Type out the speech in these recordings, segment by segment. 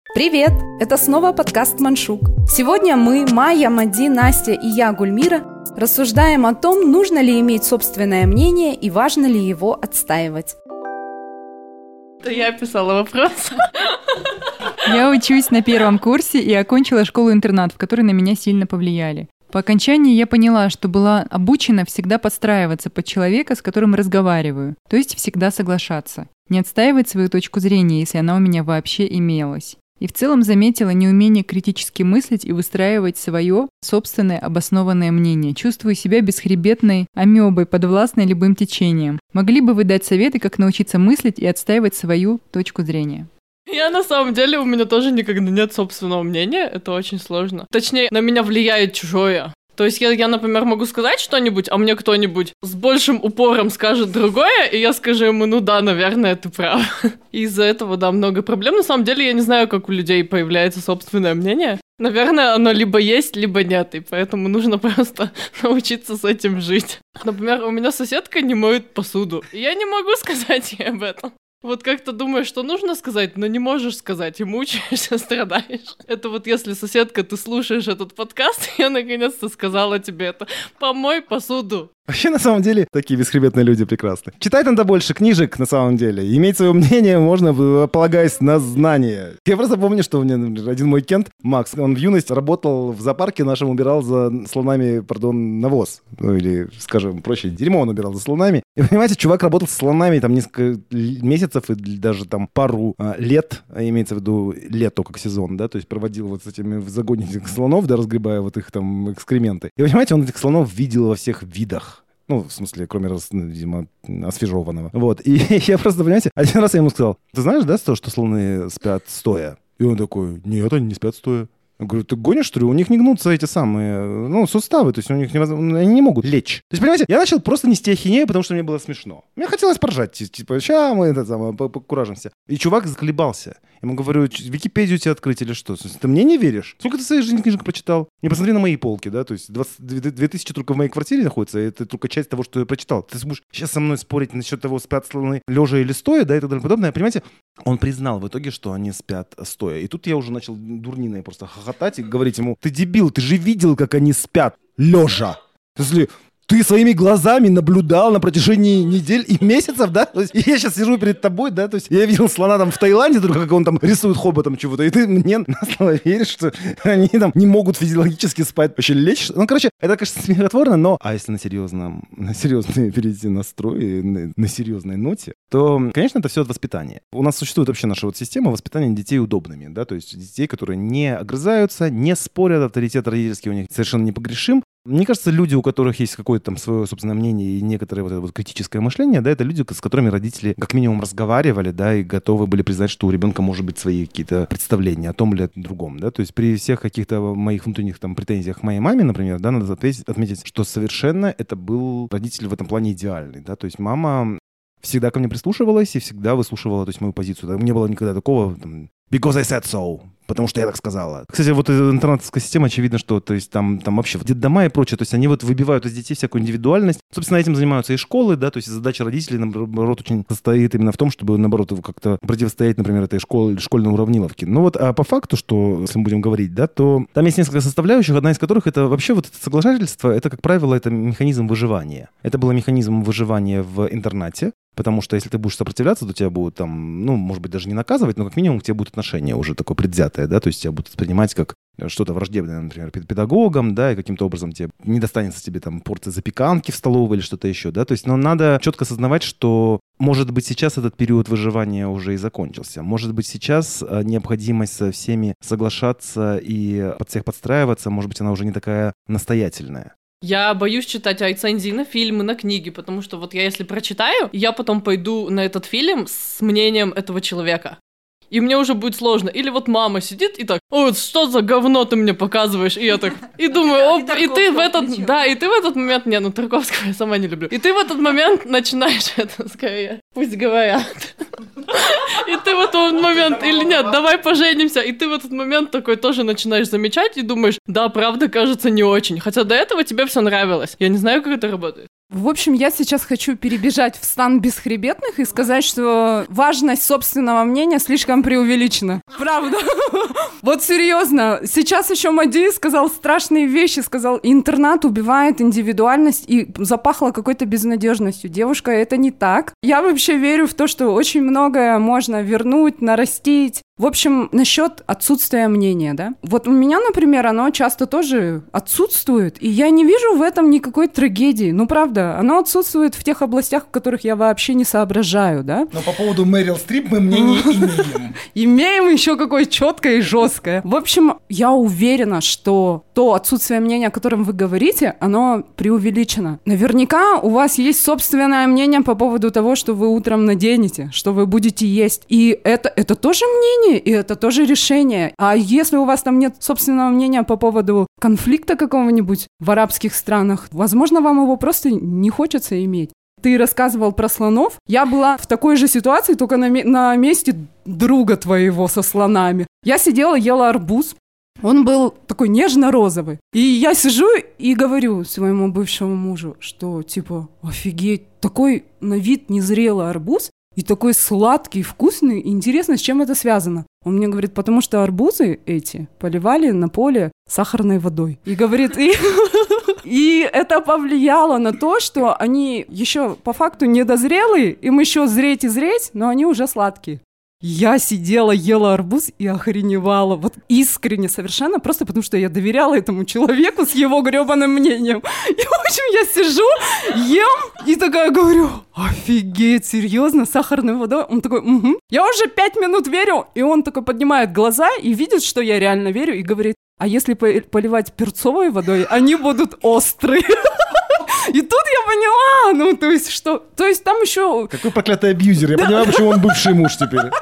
Привет! Это снова подкаст «Маншук». Сегодня мы, Майя, Мади, Настя и я, Гульмира, рассуждаем о том, нужно ли иметь собственное мнение и важно ли его отстаивать. Это я писала вопрос. Я учусь на первом курсе и окончила школу-интернат, в которой на меня сильно повлияли. По окончании я поняла, что была обучена всегда подстраиваться под человека, с которым разговариваю, то есть всегда соглашаться, не отстаивать свою точку зрения, если она у меня вообще имелась. И в целом заметила неумение критически мыслить и выстраивать свое собственное обоснованное мнение. Чувствую себя бесхребетной амебой, подвластной любым течениям. Могли бы вы дать советы, как научиться мыслить и отстаивать свою точку зрения? Я на самом деле, у меня тоже никогда нет собственного мнения, это очень сложно. Точнее, на меня влияет чужое. То есть я, например, могу сказать что-нибудь, а мне кто-нибудь с большим упором скажет другое, и я скажу ему, ну да, наверное, ты прав. И из-за этого, да, много проблем. На самом деле, я не знаю, как у людей появляется собственное мнение. Наверное, оно либо есть, либо нет, и поэтому нужно просто научиться с этим жить. Например, у меня соседка не моет посуду, и я не могу сказать ей об этом. Вот как ты думаешь, что нужно сказать, но не можешь сказать, и мучаешься, страдаешь. Это вот если, соседка, ты слушаешь этот подкаст, я наконец-то сказала тебе это. Помой посуду. Вообще, на самом деле, такие бесхребетные люди прекрасны. Читать надо больше книжек, на самом деле. Иметь свое мнение можно, полагаясь на знания. Я просто помню, что у меня, например, один мой кент, Макс, он в юности работал в зоопарке нашем, убирал за слонами, навоз. Ну, или, скажем проще, дерьмо он убирал за слонами. И, понимаете, чувак работал с слонами там несколько месяцев и даже там пару лет, имеется в виду лето как сезон, да, то есть проводил вот с этими в загоне этих слонов, да, разгребая вот их там экскременты. И, понимаете, он этих слонов видел во всех видах. Ну, в смысле, кроме, видимо, освежеванного. Вот. И я просто, понимаете, один раз я ему сказал, ты знаешь, да, что слоны спят стоя? И он такой, нет, они не спят стоя. Я говорю, ты гонишь, что ли? У них не гнутся эти самые, суставы, то есть у них невозможно, они не могут лечь. То есть, понимаете, я начал просто нести ахинею, потому что мне было смешно. Мне хотелось поржать, типа, ща мы покуражимся. И чувак заколебался. Я ему говорю, Википедию тебе открыть или что? Ты мне не веришь? Сколько ты в своей жизни книжек прочитал? Не посмотри на мои полки, да, то есть 2000 только в моей квартире находится, и это только часть того, что я прочитал. Ты будешь сейчас со мной спорить насчет того, спят слоны лежа или стоя, да, и так далее подобное. Понимаете, он признал в итоге, что они спят стоя. И тут я уже начал дурниной просто хохотать и говорить ему, ты дебил, ты же видел, как они спят лежа. Если ты своими глазами наблюдал на протяжении недель и месяцев, да? То есть я сейчас сижу перед тобой, да? То есть я видел слона там в Таиланде, только как он там рисует хоботом чего-то, и ты мне на слово веришь, что они там не могут физиологически спать, вообще лечь. Ну, короче, это, конечно, смехотворно, но... А если на серьезный перейти настрой, на серьезной ноте, то, конечно, это все от воспитания. У нас существует вообще наша вот система воспитания детей удобными, да? То есть детей, которые не огрызаются, не спорят, авторитет родительский у них совершенно непогрешим. Мне кажется, люди, у которых есть какое-то там свое собственное мнение и некоторое вот это вот критическое мышление, да, это люди, с которыми родители как минимум разговаривали, да, и готовы были признать, что у ребенка может быть свои какие-то представления о том или о другом, да, то есть при всех каких-то моих внутренних там претензиях к моей маме, например, да, надо отметить, что совершенно это был родитель в этом плане идеальный, да, то есть мама всегда ко мне прислушивалась и всегда выслушивала, то есть мою позицию, да, не было никогда такого, там, because I said so, потому что я так сказала. Кстати, вот интернатовская система, очевидно, что то есть там вообще детдома и прочее, то есть они вот выбивают из детей всякую индивидуальность. Собственно, этим занимаются и школы, да, то есть задача родителей, наоборот, очень состоит именно в том, чтобы, наоборот, как-то противостоять, например, этой школьной уравниловке. Ну вот, а по факту, что, если мы будем говорить, да, то там есть несколько составляющих, одна из которых это вообще вот это соглашательство, это, как правило, это механизм выживания. Это был механизм выживания в интернате, потому что если ты будешь сопротивляться, то тебя будут там, ну, может быть, даже не наказывать, но как минимум к тебе будет отношение уже такое предвзятое, да, то есть тебя будут воспринимать как что-то враждебное, например, педагогам, да, и каким-то образом тебе не достанется тебе там порция запеканки в столовой или что-то еще, да, то есть, но надо четко осознавать, что, может быть, сейчас этот период выживания уже и закончился, может быть, сейчас необходимость со всеми соглашаться и под всех подстраиваться, может быть, она уже не такая настоятельная. Я боюсь читать рецензии на фильмы, на книги, потому что вот я если прочитаю, я потом пойду на этот фильм с мнением этого человека. И мне уже будет сложно. Или вот мама сидит и так, ой, что за говно ты мне показываешь? И я так, и думаю, и ты в этот, да, и ты в этот момент, Тарковского я сама не люблю. И ты в этот момент начинаешь это, скорее, пусть говорят. И ты в этот момент, или нет, давай поженимся. И ты в этот момент такой тоже начинаешь замечать и думаешь, да, правда, кажется, не очень. Хотя до этого тебе все нравилось. Я не знаю, как это работает. В общем, я сейчас хочу перебежать в стан бесхребетных и сказать, что важность собственного мнения слишком преувеличена. Правда. Вот серьезно. Сейчас еще Мади сказал страшные вещи. Сказал, интернат убивает индивидуальность, и запахло какой-то безнадежностью. Девушка, это не так. Я вообще верю в то, что очень многое можно вернуть, нарастить. В общем, насчет отсутствия мнения, да? Вот у меня, например, оно часто тоже отсутствует, и я не вижу в этом никакой трагедии. Ну, правда, оно отсутствует в тех областях, в которых я вообще не соображаю, да? Но по поводу Мэрил Стрип мы мнение имеем. Имеем еще какое четкое и жесткое. В общем, я уверена, что то отсутствие мнения, о котором вы говорите, оно преувеличено. Наверняка у вас есть собственное мнение по поводу того, что вы утром наденете, что вы будете есть. И это тоже мнение, и это тоже решение. А если у вас там нет собственного мнения по поводу конфликта какого-нибудь в арабских странах, возможно, вам его просто не хочется иметь. Ты рассказывал про слонов. Я была в такой же ситуации, только на месте друга твоего со слонами. Я сидела, ела арбуз. Он был такой нежно-розовый. И я сижу и говорю своему бывшему мужу, что типа, офигеть, такой на вид незрелый арбуз, и такой сладкий, вкусный. Интересно, с чем это связано? Он мне говорит, потому что арбузы эти поливали на поле сахарной водой. И говорит, и это повлияло на то, что они еще по факту недозрелые, им еще зреть и зреть, но они уже сладкие. Я сидела, ела арбуз и охреневала. Вот искренне совершенно, просто потому что я доверяла этому человеку с его гребаным мнением. И, в общем, я сижу, ем и такая говорю, офигеть, серьезно, сахарной водой? Он такой, угу. Я уже 5 минут верю, и он такой поднимает глаза и видит, что я реально верю, и говорит, а если поливать перцовой водой, они будут острые. И тут я поняла, то есть там еще... Какой проклятый абьюзер, я понимаю, почему он бывший муж теперь.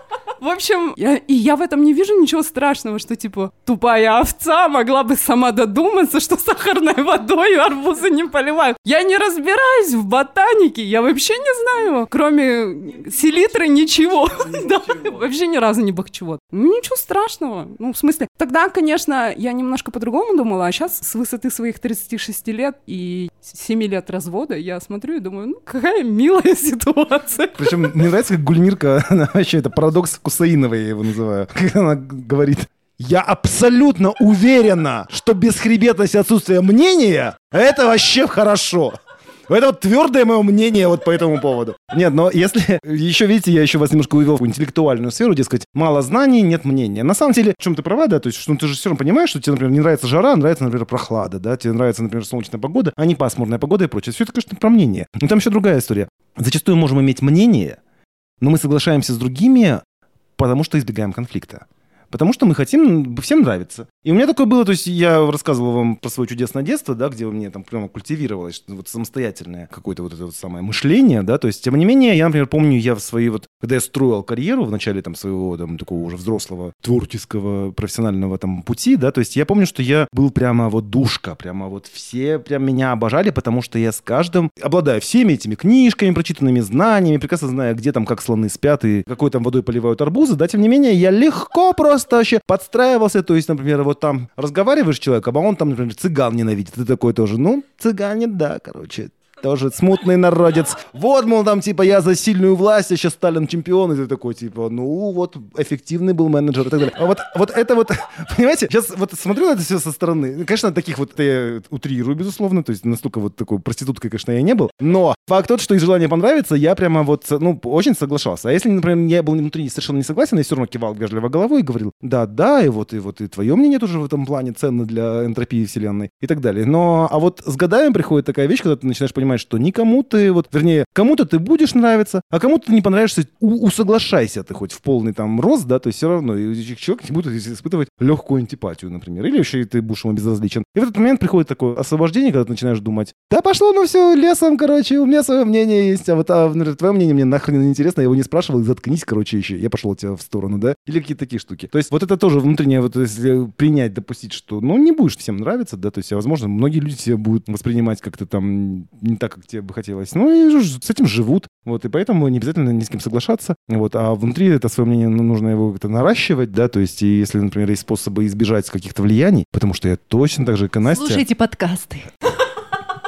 В общем, я в этом не вижу ничего страшного, что, типа, тупая овца могла бы сама додуматься, что сахарной водой арбузы не поливают. Я не разбираюсь в ботанике, я вообще не знаю, кроме селитры, ничего. Да, вообще ни разу не бахчевод. Ничего страшного. В смысле, тогда, конечно, я немножко по-другому думала, а сейчас с высоты своих 36 лет и 7 лет развода я смотрю и думаю, какая милая ситуация. Причем мне нравится, как Гульмирка, она вообще, это парадокс Кусаиновой, я его называю, когда она говорит, я абсолютно уверена, что бесхребетность и отсутствие мнения — это вообще хорошо. Это вот твердое мое мнение вот по этому поводу. Нет, но если... Еще, видите, я еще вас немножко увел в интеллектуальную сферу, дескать, мало знаний, нет мнения. На самом деле, в чем ты права, да, то есть, что ты же все равно понимаешь, что тебе, например, не нравится жара, нравится, например, прохлада, да, тебе нравится, например, солнечная погода, а не пасмурная погода и прочее. Все это, конечно, про мнение. Но там еще другая история. Зачастую можем иметь мнение, но мы соглашаемся с другими, потому что избегаем конфликта. Потому что мы хотим всем нравиться. И у меня такое было, то есть я рассказывал вам про свое чудесное детство, да, где у меня там прямо культивировалось вот самостоятельное какое-то вот это вот самое мышление, да, то есть, тем не менее, я, например, помню, я в свои вот, когда я строил карьеру в начале там своего там такого уже взрослого, творческого, профессионального там пути, да, то есть я помню, что я был прямо вот душка, прямо вот все прям меня обожали, потому что я с каждым, обладая всеми этими книжками, прочитанными знаниями, прекрасно зная, где там, как слоны спят и какой там водой поливают арбузы, да, тем не менее, я легко просто вообще подстраивался, то есть, например, вот там разговариваешь с человеком, а он там, например, цыган ненавидит, ты такой тоже, цыгане, да, короче, тоже смутный народец. Вот, мол, там, типа, я за сильную власть, а сейчас Сталин чемпион, и ты такой, типа, вот, эффективный был менеджер и так далее. А вот это вот, понимаете, сейчас вот смотрю на это все со стороны. Конечно, таких вот, я утрирую, безусловно, то есть настолько вот такой проституткой, конечно, я не был, но факт тот, что из желания понравиться, я прямо вот, очень соглашался. А если, например, я был внутри совершенно не согласен, я все равно кивал вежливо головой и говорил, да, и твое мнение тоже в этом плане ценно для энтропии вселенной и так далее. Но, а вот с годами приходит такая вещь, когда ты начинаешь понимать, что никому ты, кому-то ты будешь нравиться, а кому-то ты не понравишься, усоглашайся ты хоть в полный там рост, да, то есть все равно человек не будет испытывать легкую антипатию, например, или вообще ты будешь ему безразличен. И в этот момент приходит такое освобождение, когда ты начинаешь думать, да пошло все лесом, короче, у меня свое мнение есть, например, твое мнение мне нахрен не интересно, я его не спрашивал, заткнись, короче, еще, я пошел от тебя в сторону, да, или какие-то такие штуки. То есть вот это тоже внутреннее, вот если принять, допустить, что, не будешь всем нравиться, да, то есть, возможно, многие люди тебя будут воспринимать как-то там не так, как тебе бы хотелось. И с этим живут. Вот, и поэтому не обязательно ни с кем соглашаться. Вот, а внутри это свое мнение нужно его как-то наращивать, да, то есть, и если, например, есть способы избежать каких-то влияний, потому что я точно так же, как и Настя... Слушайте подкасты.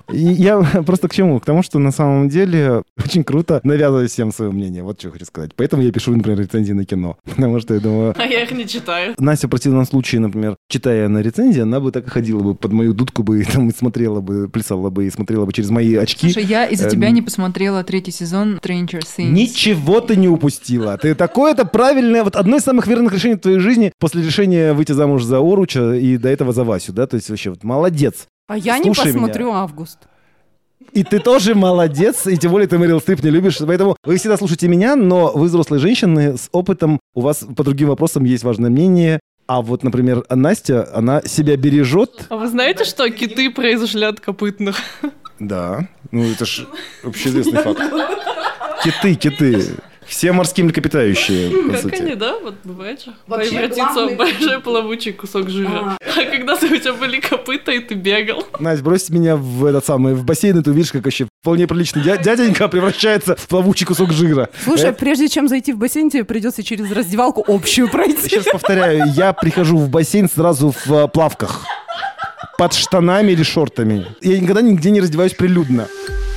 И я просто к чему? К тому, что на самом деле очень круто навязывать всем свое мнение. Вот что хочу сказать. Поэтому я пишу, например, рецензии на кино. Потому что я думаю... А я их не читаю. Настя в противном случае, например, читая на рецензии, она бы так и ходила бы под мою дудку бы, и там, и смотрела бы, плясала бы, и смотрела бы через мои очки. Слушай, я из-за тебя не посмотрела 3-й сезон Stranger Things. Ничего ты не упустила. Ты такое-то правильное... Вот одно из самых верных решений в твоей жизни после решения выйти замуж за Оруча и до этого за Васю, да? То есть вообще вот молодец. А я не посмотрю «Август». И ты тоже молодец, и тем более ты Мэрил Стрип не любишь. Поэтому вы всегда слушаете меня, но вы взрослые женщины с опытом, у вас по другим вопросам есть важное мнение. А вот, например, Настя, она себя бережет. А вы знаете, что киты произошли от копытных? Да, ну это ж общеизвестный факт. Киты. Все морские млекопитающие, по Как сути. они, да? Вот бывает же. Вообще, Превратиться главный- в большой плавучий кусок жира. А когда-то у тебя были копыта, и ты бегал. Настя, брось меня в бассейн, и ты увидишь, как вообще вполне приличный дяденька превращается в плавучий кусок жира. Слушай, прежде чем зайти в бассейн, тебе придется через раздевалку общую пройти. Сейчас повторяю, я прихожу в бассейн сразу в плавках. Под штанами или шортами. Я никогда нигде не раздеваюсь прилюдно.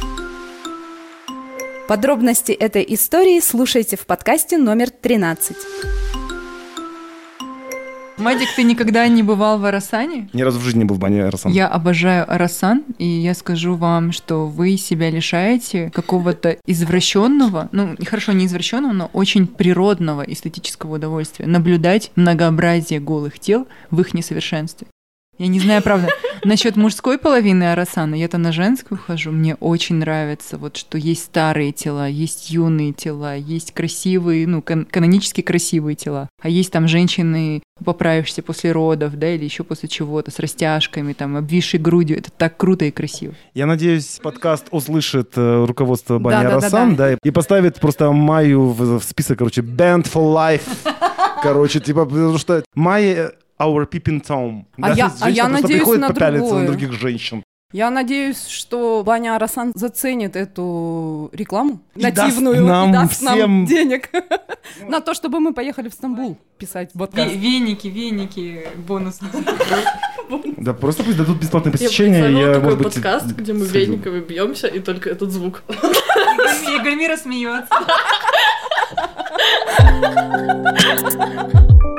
Подробности этой истории слушайте в подкасте номер 13. Мадик, ты никогда не бывал в Оросане? Ни разу в жизни не был в бане Орасан. Я обожаю Оросан, и я скажу вам, что вы себя лишаете какого-то извращенного, ну, хорошо, не извращенного, но очень природного эстетического удовольствия. Наблюдать многообразие голых тел в их несовершенстве. Я не знаю, правда, насчет мужской половины Оросана, я-то на женскую хожу, мне очень нравится, вот что есть старые тела, есть юные тела, есть красивые, ну, канонически красивые тела, а есть там женщины, поправишься после родов, да, или еще после чего-то, с растяжками, там, обвисшей грудью, это так круто и красиво. Я надеюсь, подкаст услышит руководство бани Да. Орасан, да, и поставит просто Майю в список, короче, Band for Life. Короче, типа, потому что Майя our peeping Tom. А я просто надеюсь приходит на попялиться другое. на других женщин. Я надеюсь, что баня Орасан заценит эту рекламу И даст нативную нам и даст всем- нам денег на то, чтобы мы поехали в Стамбул писать подкаст. Веники, бонус. Да, просто пусть дадут бесплатное Я посещение. представила Я, такой может быть, подкаст, где мы сходил. вениками бьемся, и только этот звук. И Гальмира смеется.